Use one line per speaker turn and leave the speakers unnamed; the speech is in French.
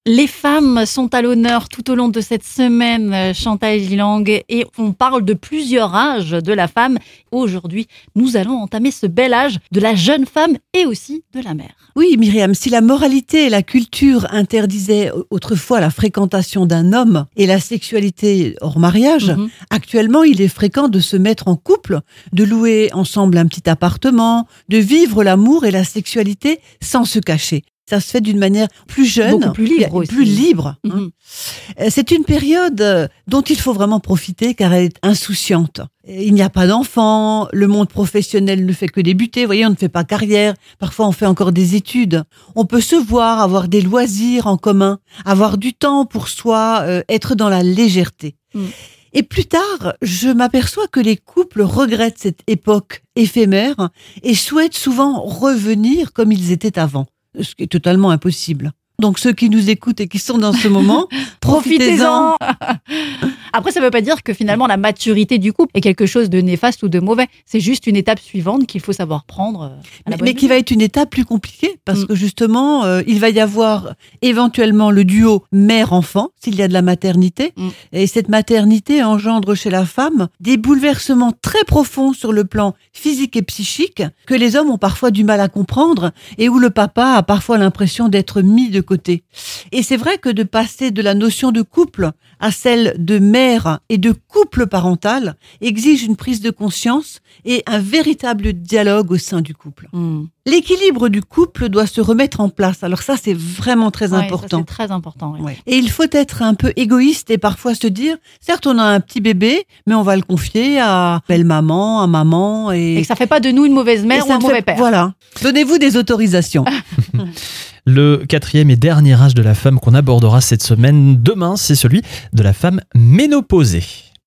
Les femmes sont à l'honneur tout au long de cette semaine, Chantal Gilang, et on parle de plusieurs âges de la femme. Aujourd'hui, nous allons entamer ce bel âge de la jeune femme et aussi de la mère.
Oui, Myriam, si la moralité et la culture interdisaient autrefois la fréquentation d'un homme et la sexualité hors mariage, actuellement, il est fréquent de se mettre en couple, de louer ensemble un petit appartement, de vivre l'amour et la sexualité sans se cacher. Ça se fait d'une manière plus jeune,
beaucoup plus libre aussi.
Plus libre. C'est une période dont il faut vraiment profiter car elle est insouciante. Il n'y a pas d'enfants, le monde professionnel ne fait que débuter, vous voyez, on ne fait pas carrière, parfois on fait encore des études. On peut se voir, avoir des loisirs en commun, avoir du temps pour soi, être dans la légèreté. Et plus tard, je m'aperçois que les couples regrettent cette époque éphémère et souhaitent souvent revenir comme ils étaient avant. Ce qui est totalement impossible. Donc ceux qui nous écoutent et qui sont dans ce moment, profitez-en.
Après, ça ne veut pas dire que finalement la maturité du couple est quelque chose de néfaste ou de mauvais. C'est juste une étape suivante qu'il faut savoir prendre.
Mais qui va être une étape plus compliquée parce que justement, il va y avoir éventuellement le duo mère-enfant s'il y a de la maternité. Et cette maternité engendre chez la femme des bouleversements très profonds sur le plan physique et psychique que les hommes ont parfois du mal à comprendre et où le papa a parfois l'impression d'être mis de côté. Et c'est vrai que de passer de la notion de couple à celle de mère et de couple parental exige une prise de conscience et un véritable dialogue au sein du couple. L'équilibre du couple doit se remettre en place. Alors ça, c'est vraiment très important.
Ça, c'est très important. Oui.
Et il faut être un peu égoïste et parfois se dire, certes, on a un petit bébé, mais on va le confier à belle-maman, à maman. Et
que ça ne fait pas de nous une mauvaise mère ou un mauvais père.
Voilà. Donnez-vous des autorisations.
Le 4e et dernier âge de la femme qu'on abordera cette semaine, demain, c'est celui de la femme ménopausée.